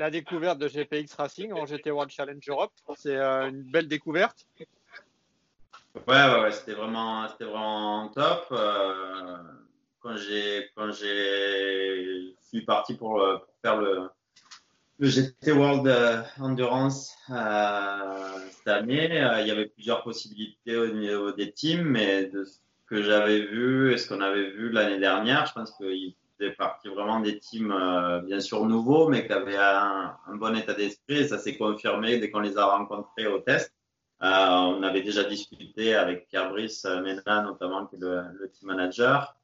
la découverte de GPX Racing en GT World Challenge Europe. C'est une belle découverte. Ouais, c'était vraiment top. Quand j'ai suis parti pour faire le GT World Endurance cette année, il y avait plusieurs possibilités au niveau des teams, mais de ce que j'avais vu et ce qu'on avait vu l'année dernière, je pense qu'il faisait partie vraiment des teams bien sûr nouveaux, mais qui avaient un bon état d'esprit, et ça s'est confirmé dès qu'on les a rencontrés au test. On avait déjà discuté avec Pierre-Brice Mena, notamment, qui est le team manager.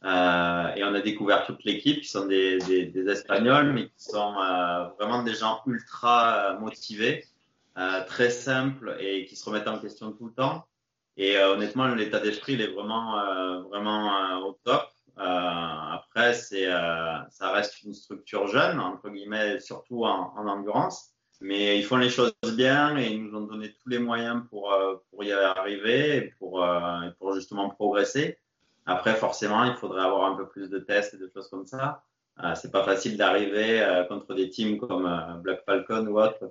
Et on a découvert toute l'équipe, qui sont des Espagnols, mais qui sont vraiment des gens ultra motivés, très simples et qui se remettent en question tout le temps. Et honnêtement, l'état d'esprit, il est vraiment au top. Après, ça reste une structure jeune, entre guillemets, surtout en endurance. Mais ils font les choses bien et ils nous ont donné tous les moyens pour y arriver et pour justement progresser. Après, forcément, il faudrait avoir un peu plus de tests et de choses comme ça. C'est pas facile d'arriver contre des teams comme Black Falcon ou autres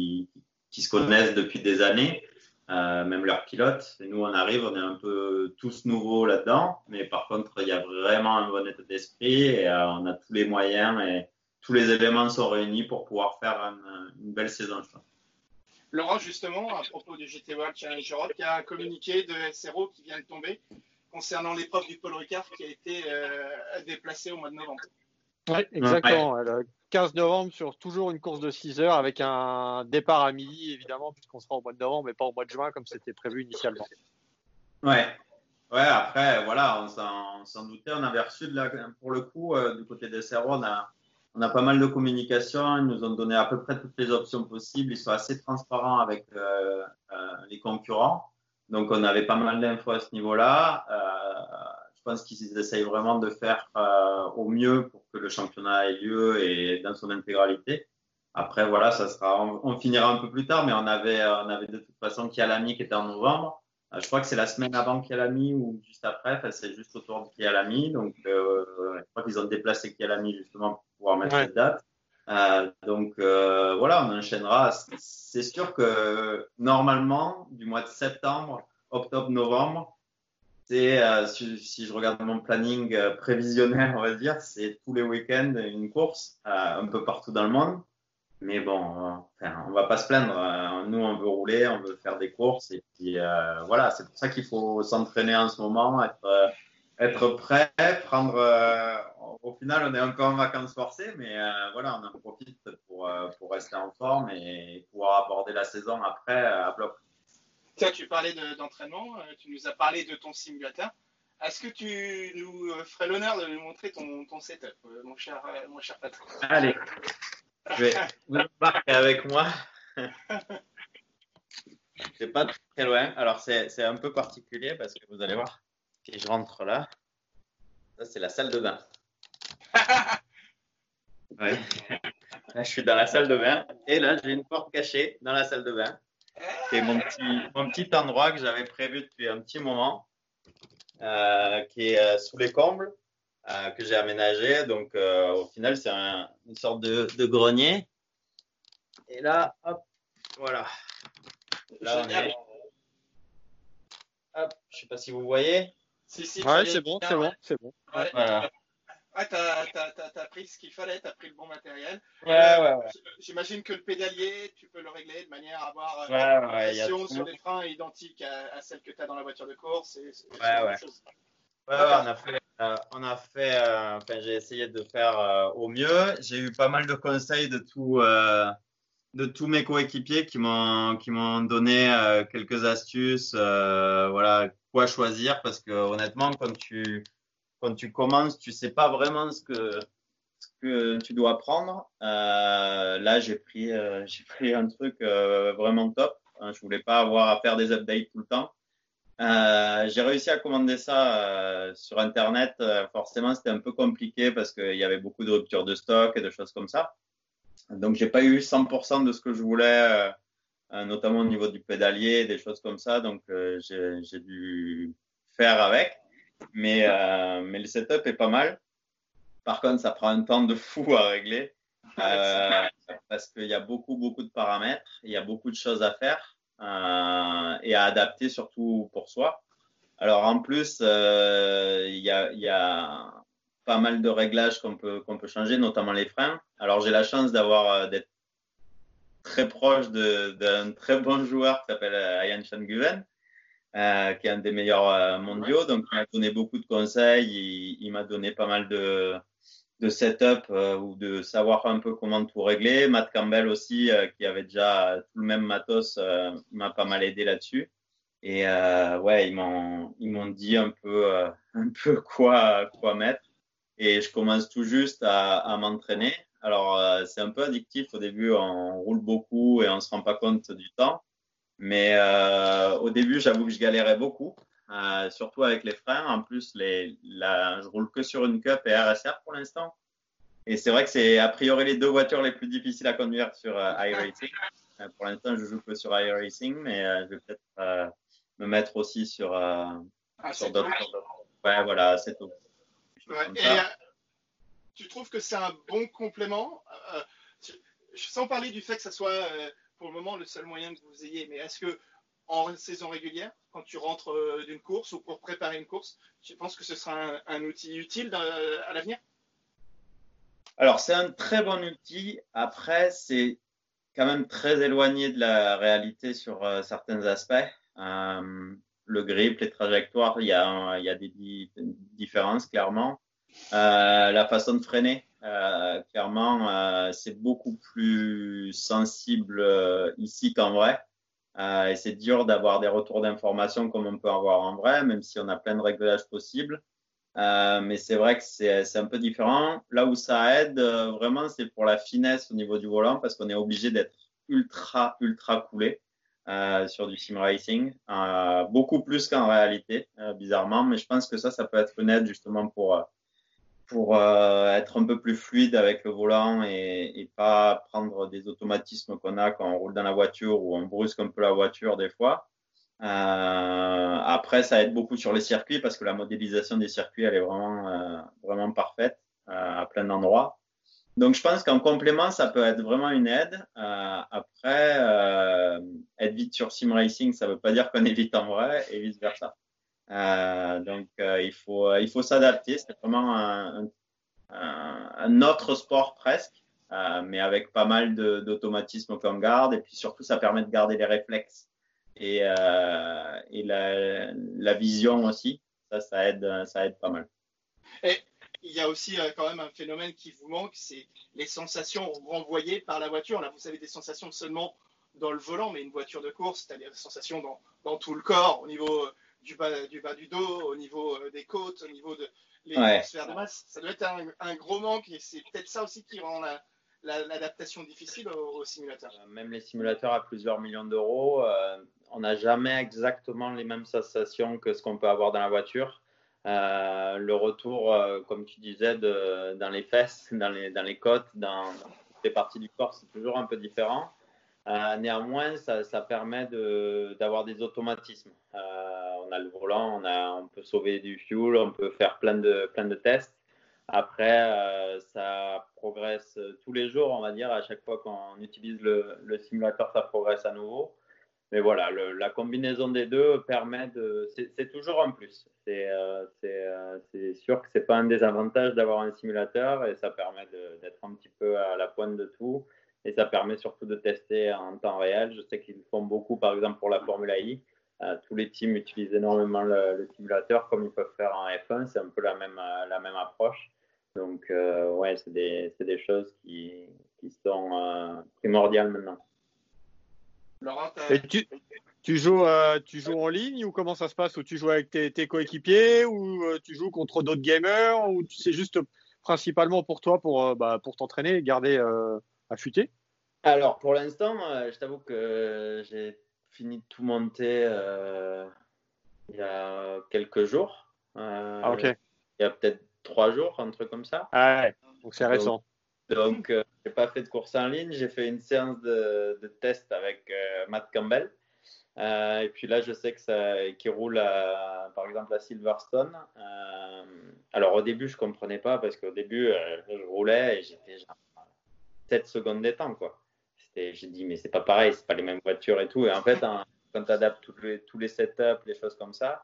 qui se connaissent depuis des années, même leurs pilotes. Et nous, on arrive, on est un peu tous nouveaux là-dedans, mais par contre, il y a vraiment un bon état d'esprit et on a tous les moyens et tous les éléments sont réunis pour pouvoir faire une belle saison, je pense. Laurent, justement, à propos du GT World Challenge Europe, il y a un communiqué de SRO qui vient de tomber concernant l'épreuve du Paul Ricard qui a été déplacée au mois de novembre. Oui, exactement. Ouais. Le 15 novembre sur toujours une course de 6 heures avec un départ à midi, évidemment, puisqu'on sera au mois de novembre, mais pas au mois de juin comme c'était prévu initialement. Ouais, après, voilà, on s'en doutait. On avait reçu, pour le coup, du côté des SRO, on a pas mal de communication. Ils nous ont donné à peu près toutes les options possibles. Ils sont assez transparents avec les concurrents. Donc, on avait pas mal d'infos à ce niveau-là. Je pense qu'ils essayent vraiment de faire au mieux pour que le championnat ait lieu et dans son intégralité. Après, voilà, on finira un peu plus tard, mais on avait de toute façon Kyalami qui était en novembre. Je crois que c'est la semaine avant Kyalami ou juste après. Enfin, c'est juste autour de Kyalami. Donc, je crois qu'ils ont déplacé Kyalami justement pour pouvoir mettre cette date. Donc, voilà, on enchaînera. C'est sûr que normalement, du mois de septembre, octobre, novembre, c'est si je regarde mon planning prévisionnel, on va dire, c'est tous les week-ends une course un peu partout dans le monde. Mais bon, on va pas se plaindre. Nous, on veut rouler, on veut faire des courses. Et puis, voilà, c'est pour ça qu'il faut s'entraîner en ce moment, être prêt, au final, on est encore en vacances forcées, mais voilà, on en profite pour rester en forme et pouvoir aborder la saison après à bloc. Tiens, tu parlais d'entraînement, tu nous as parlé de ton simulateur. Est-ce que tu nous ferais l'honneur de nous montrer ton setup, mon cher Patrick? Allez. Je vais vous embarquer avec moi. C'est pas très loin. Alors, c'est un peu particulier parce que vous allez voir, si je rentre là, ça, c'est la salle de bain. Ouais. Là, je suis dans la salle de bain et là, j'ai une porte cachée dans la salle de bain. C'est mon petit endroit que j'avais prévu depuis un petit moment, qui est sous les combles, que j'ai aménagé. Donc, au final, c'est une sorte de grenier. Et là, hop, voilà. Là, on est. Hop, je sais pas si vous voyez. Si, ouais, c'est bon. Ouais. Voilà. Ouais, t'as pris ce qu'il fallait, t'as pris le bon matériel. Ouais. J'imagine que le pédalier, tu peux le régler de manière à avoir une pression sur les freins identique à celle que tu as dans la voiture de course. On a fait, enfin, j'ai essayé de faire au mieux. J'ai eu pas mal de conseils de tous mes coéquipiers qui m'ont donné quelques astuces, voilà, quoi choisir parce que honnêtement, quand tu commences, tu sais pas vraiment ce que tu dois prendre. Là, j'ai pris un truc vraiment top. Je voulais pas avoir à faire des updates tout le temps. J'ai réussi à commander ça sur Internet. Forcément, c'était un peu compliqué parce qu'il y avait beaucoup de ruptures de stock et de choses comme ça. Donc, j'ai pas eu 100% de ce que je voulais, notamment au niveau du pédalier, des choses comme ça. Donc, j'ai dû faire avec. Mais le setup est pas mal. Par contre, ça prend un temps de fou à régler. parce qu'il y a beaucoup de paramètres, il y a beaucoup de choses à faire et à adapter surtout pour soi. Alors en plus, il y a pas mal de réglages qu'on peut changer, notamment les freins. Alors j'ai la chance d'être très proche d'un très bon joueur qui s'appelle Ian Schanguven, qui est un des meilleurs mondiaux. Donc il m'a donné beaucoup de conseils, il m'a donné pas mal de setup ou de savoir un peu comment tout régler. Matt Campbell aussi, qui avait déjà tout le même matos, m'a pas mal aidé là-dessus. Et ouais, ils m'ont dit un peu quoi mettre. Et je commence tout juste à m'entraîner. Alors, c'est un peu addictif au début, on roule beaucoup et on se rend pas compte du temps. Mais au début, j'avoue que je galérais beaucoup, surtout avec les freins. En plus, je roule que sur une Cup et RSR pour l'instant. Et c'est vrai que c'est a priori les deux voitures les plus difficiles à conduire sur iRacing. Pour l'instant, je joue que sur iRacing, mais je vais peut-être me mettre aussi sur d'autres. Ouais, voilà, c'est tout. Ouais. Et tu trouves que c'est un bon complément sans parler du fait que ça soit pour le moment le seul moyen que vous ayez, mais est-ce que en saison régulière, quand tu rentres d'une course ou pour préparer une course, tu penses que ce sera un outil utile à l'avenir? Alors, c'est un très bon outil. Après, c'est quand même très éloigné de la réalité sur certains aspects. Le grip, les trajectoires, il y a des différences, clairement. La façon de freiner, clairement, c'est beaucoup plus sensible ici qu'en vrai. Et c'est dur d'avoir des retours d'informations comme on peut avoir en vrai, même si on a plein de réglages possibles. Mais c'est vrai que c'est un peu différent. Là où ça aide vraiment, c'est pour la finesse au niveau du volant parce qu'on est obligé d'être ultra coulé sur du sim racing. Beaucoup plus qu'en réalité, bizarrement. Mais je pense que ça peut être une aide justement pour être un peu plus fluide avec le volant et pas prendre des automatismes qu'on a quand on roule dans la voiture ou on brusque un peu la voiture des fois. Après, ça aide beaucoup sur les circuits parce que la modélisation des circuits, elle est vraiment parfaite à plein d'endroits. Donc, je pense qu'en complément, ça peut être vraiment une aide. Après, être vite sur sim racing, ça ne veut pas dire qu'on est vite en vrai et vice versa. Donc, il faut s'adapter. C'est vraiment un autre sport presque, mais avec pas mal d'automatisme qu'on garde. Et puis surtout, ça permet de garder les réflexes et la vision aussi. Ça aide pas mal. Et il y a aussi quand même un phénomène qui vous manque, c'est les sensations renvoyées par la voiture. Là, vous avez des sensations seulement dans le volant, mais une voiture de course, tu as des sensations dans tout le corps, au niveau du bas du dos, au niveau des côtes, au niveau les transferts de masse. Ça doit être un gros manque et c'est peut-être ça aussi qui rend l'adaptation difficile au simulateur. Même les simulateurs à plusieurs millions d'euros, on n'a jamais exactement les mêmes sensations que ce qu'on peut avoir dans la voiture. Le retour, comme tu disais, dans les fesses, dans les côtes, dans toutes les parties du corps, c'est toujours un peu différent. Néanmoins, ça permet d'avoir des automatismes. On a le volant, on peut sauver du fuel, on peut faire plein de tests. Après, ça progresse tous les jours, on va dire. À chaque fois qu'on utilise le simulateur, ça progresse à nouveau. Mais voilà, la combinaison des deux permet c'est toujours un plus. C'est sûr que c'est pas un désavantage d'avoir un simulateur et ça permet d'être un petit peu à la pointe de tout. Et ça permet surtout de tester en temps réel. Je sais qu'ils le font beaucoup, par exemple, pour la Formule I. Tous les teams utilisent énormément le simulateur comme ils peuvent faire en F1. C'est un peu la même approche. Donc, ouais, c'est des choses qui sont primordiales maintenant. Laurent, Et tu joues en ligne ou comment ça se passe? Ou tu joues avec tes coéquipiers ou tu joues contre d'autres gamers ou c'est juste principalement pour toi pour t'entraîner et garder affûté? Alors, pour l'instant, je t'avoue que j'ai fini de tout monter il y a quelques jours. Ah, ok. Il y a peut-être 3 jours, un truc comme ça. Ah ouais, donc c'est récent. Donc, j'ai pas fait de course en ligne. J'ai fait une séance de test avec Matt Campbell. Et puis là, je sais qu'il roule par exemple à Silverstone. Alors au début, je comprenais pas parce qu'au début, je roulais et j'étais genre, 7 secondes des temps, quoi. J'ai dit, mais c'est pas pareil, c'est pas les mêmes voitures et tout. Et en fait, quand tu adaptes tous les setups, les choses comme ça,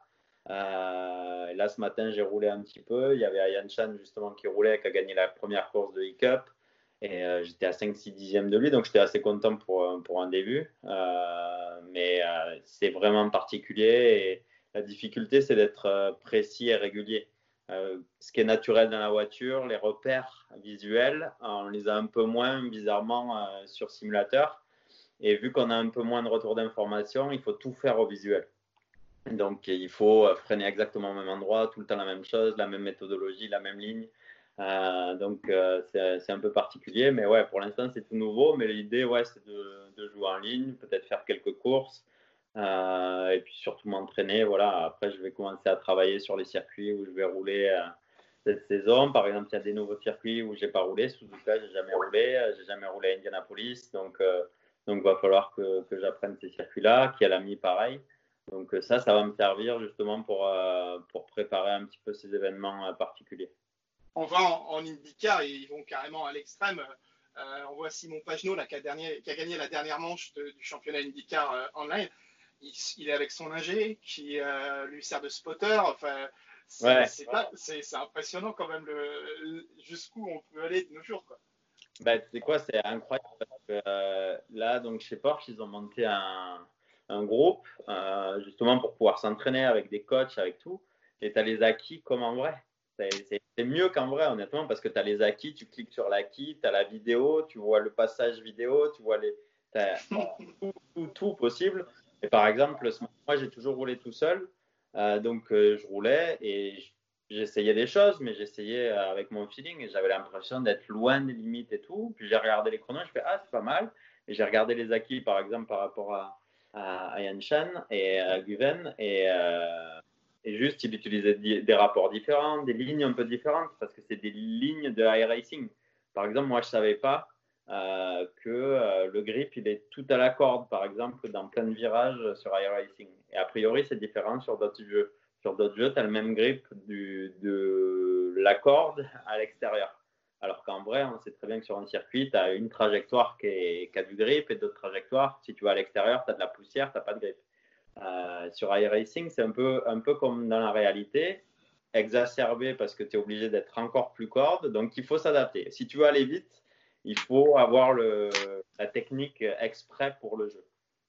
là, ce matin, j'ai roulé un petit peu. Il y avait Ayan Chan, justement, qui roulait, qui a gagné la première course de e-Cup. Et j'étais à 5-6 dixièmes de lui, donc j'étais assez content pour un début. Mais c'est vraiment particulier. Et la difficulté, c'est d'être précis et régulier. Ce qui est naturel dans la voiture, les repères visuels, on les a un peu moins bizarrement sur simulateur. Et vu qu'on a un peu moins de retour d'informations, il faut tout faire au visuel. Donc il faut freiner exactement au même endroit, tout le temps la même chose, la même méthodologie, la même ligne. Donc c'est un peu particulier, mais ouais, pour l'instant c'est tout nouveau. Mais l'idée, ouais, c'est de jouer en ligne, peut-être faire quelques courses. Et puis surtout m'entraîner. Voilà. Après, je vais commencer à travailler sur les circuits où je vais rouler cette saison. Par exemple, il y a des nouveaux circuits où j'ai pas roulé. Suzuka, j'ai jamais roulé. J'ai jamais roulé à Indianapolis. Donc, va falloir que j'apprenne ces circuits-là. Kialami, pareil. Donc ça va me servir justement pour préparer un petit peu ces événements particuliers. On va en IndyCar et ils vont carrément à l'extrême. On voit Simon Pagenaud là, qui a gagné la dernière manche du championnat IndyCar online. Il est avec son ingé qui lui sert de spotter. Enfin, c'est impressionnant quand même jusqu'où on peut aller de nos jours, quoi. Tu sais quoi, c'est incroyable parce que là, donc chez Porsche, ils ont monté un groupe justement pour pouvoir s'entraîner avec des coachs, avec tout. Et tu as les acquis comme en vrai. C'est mieux qu'en vrai, honnêtement, parce que tu as les acquis, tu cliques sur l'acquis, tu as la vidéo, tu vois le passage vidéo, tu vois tout possible. Et par exemple, moi, j'ai toujours roulé tout seul. Donc, je roulais et j'essayais des choses, mais j'essayais avec mon feeling et j'avais l'impression d'être loin des limites et tout. Puis j'ai regardé les chronos, je fais c'est pas mal. Et j'ai regardé les acquis, par exemple, par rapport à Yan Shan et à Guven. Et juste, il utilisait des rapports différents, des lignes un peu différentes, parce que c'est des lignes de iRacing. Par exemple, moi, je ne savais pas que le grip, il est tout à la corde, par exemple, dans plein de virages sur iRacing. Et a priori, c'est différent sur d'autres jeux. Sur d'autres jeux, tu as le même grip de la corde à l'extérieur. Alors qu'en vrai, on sait très bien que sur un circuit, tu as une trajectoire qui a du grip et d'autres trajectoires. Si tu vas à l'extérieur, tu as de la poussière, tu n'as pas de grip. Sur iRacing, c'est un peu comme dans la réalité, exacerbé parce que tu es obligé d'être encore plus corde, donc il faut s'adapter. Si tu veux aller vite, il faut avoir la technique exprès pour le jeu.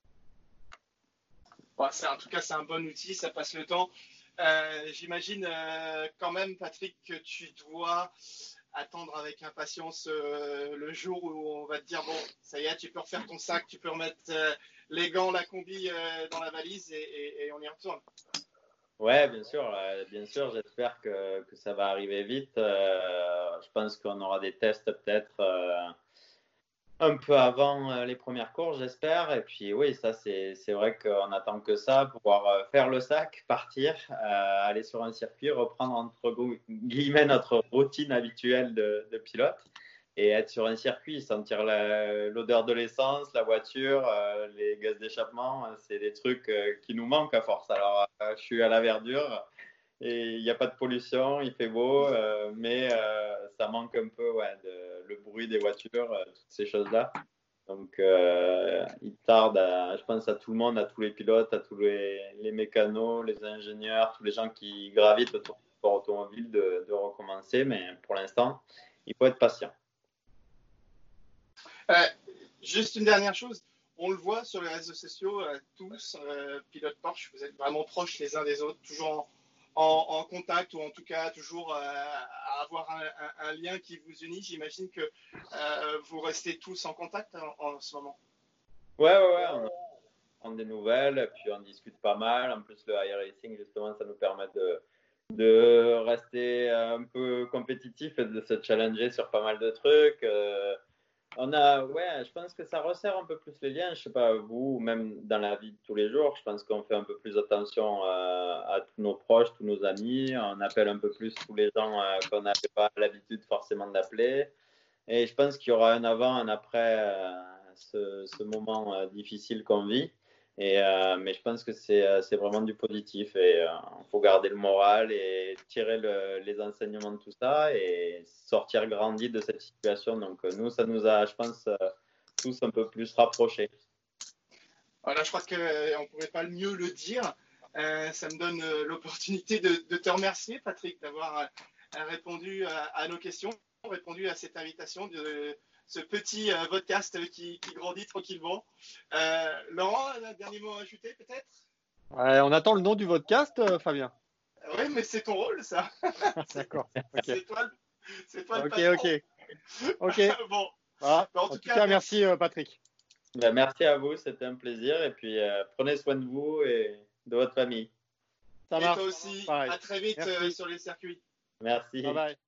Bon, en tout cas, c'est un bon outil, ça passe le temps. J'imagine quand même, Patrick, que tu dois attendre avec impatience le jour où on va te dire, bon, ça y est, tu peux refaire ton sac, tu peux remettre les gants, la combi dans la valise et on y retourne. Ouais, bien sûr, j'espère que ça va arriver vite. Je pense qu'on aura des tests peut-être un peu avant les premières courses, j'espère. Et puis oui, ça c'est vrai qu'on attend que ça, pouvoir faire le sac, partir, aller sur un circuit, reprendre entre guillemets notre routine habituelle de pilote et être sur un circuit, sentir l'odeur de l'essence, la voiture, les gaz d'échappement, c'est des trucs qui nous manquent à force. Alors je suis à la verdure. Et il n'y a pas de pollution, il fait beau, mais ça manque un peu le bruit des voitures, toutes ces choses-là. Donc, il tarde, je pense, à tout le monde, à tous les pilotes, à tous les mécanos, les ingénieurs, tous les gens qui gravitent autour du sport automobile de recommencer. Mais pour l'instant, il faut être patient. Juste une dernière chose. On le voit sur les réseaux sociaux, tous, pilotes Porsche, vous êtes vraiment proches les uns des autres, toujours en contact ou en tout cas toujours à avoir un lien qui vous unit. J'imagine que vous restez tous en contact en ce moment. Ouais, on prend des nouvelles, puis on discute pas mal. En plus, le iRacing, justement, ça nous permet de rester un peu compétitif et de se challenger sur pas mal de trucs. Je pense que ça resserre un peu plus les liens. Je sais pas, vous, même dans la vie de tous les jours, je pense qu'on fait un peu plus attention à tous nos proches, tous nos amis. On appelle un peu plus tous les gens qu'on n'avait pas l'habitude forcément d'appeler. Et je pense qu'il y aura un avant, un après ce moment difficile qu'on vit. Mais je pense que c'est vraiment du positif et il faut garder le moral et tirer les enseignements de tout ça et sortir grandi de cette situation. Donc nous, ça nous a, je pense, tous un peu plus rapprochés. Voilà, je crois qu'on ne pourrait pas mieux le dire. Ça me donne l'opportunité de te remercier, Patrick, d'avoir répondu à nos questions, répondu à cette invitation de ce petit podcast qui grandit tranquillement. Laurent, un dernier mot à ajouter peut-être? Ouais, on attend le nom du podcast, Fabien. Oui, mais c'est ton rôle, ça. D'accord. Ok. C'est toi le Ok. patron. Ok. Bon. Voilà. En En tout tout cas, cas, merci Patrick. Ben, merci à vous, c'était un plaisir et puis prenez soin de vous et de votre famille. Ça Et toi marche. aussi, Pareil. à très vite Merci. sur les circuits. Merci. Bye bye.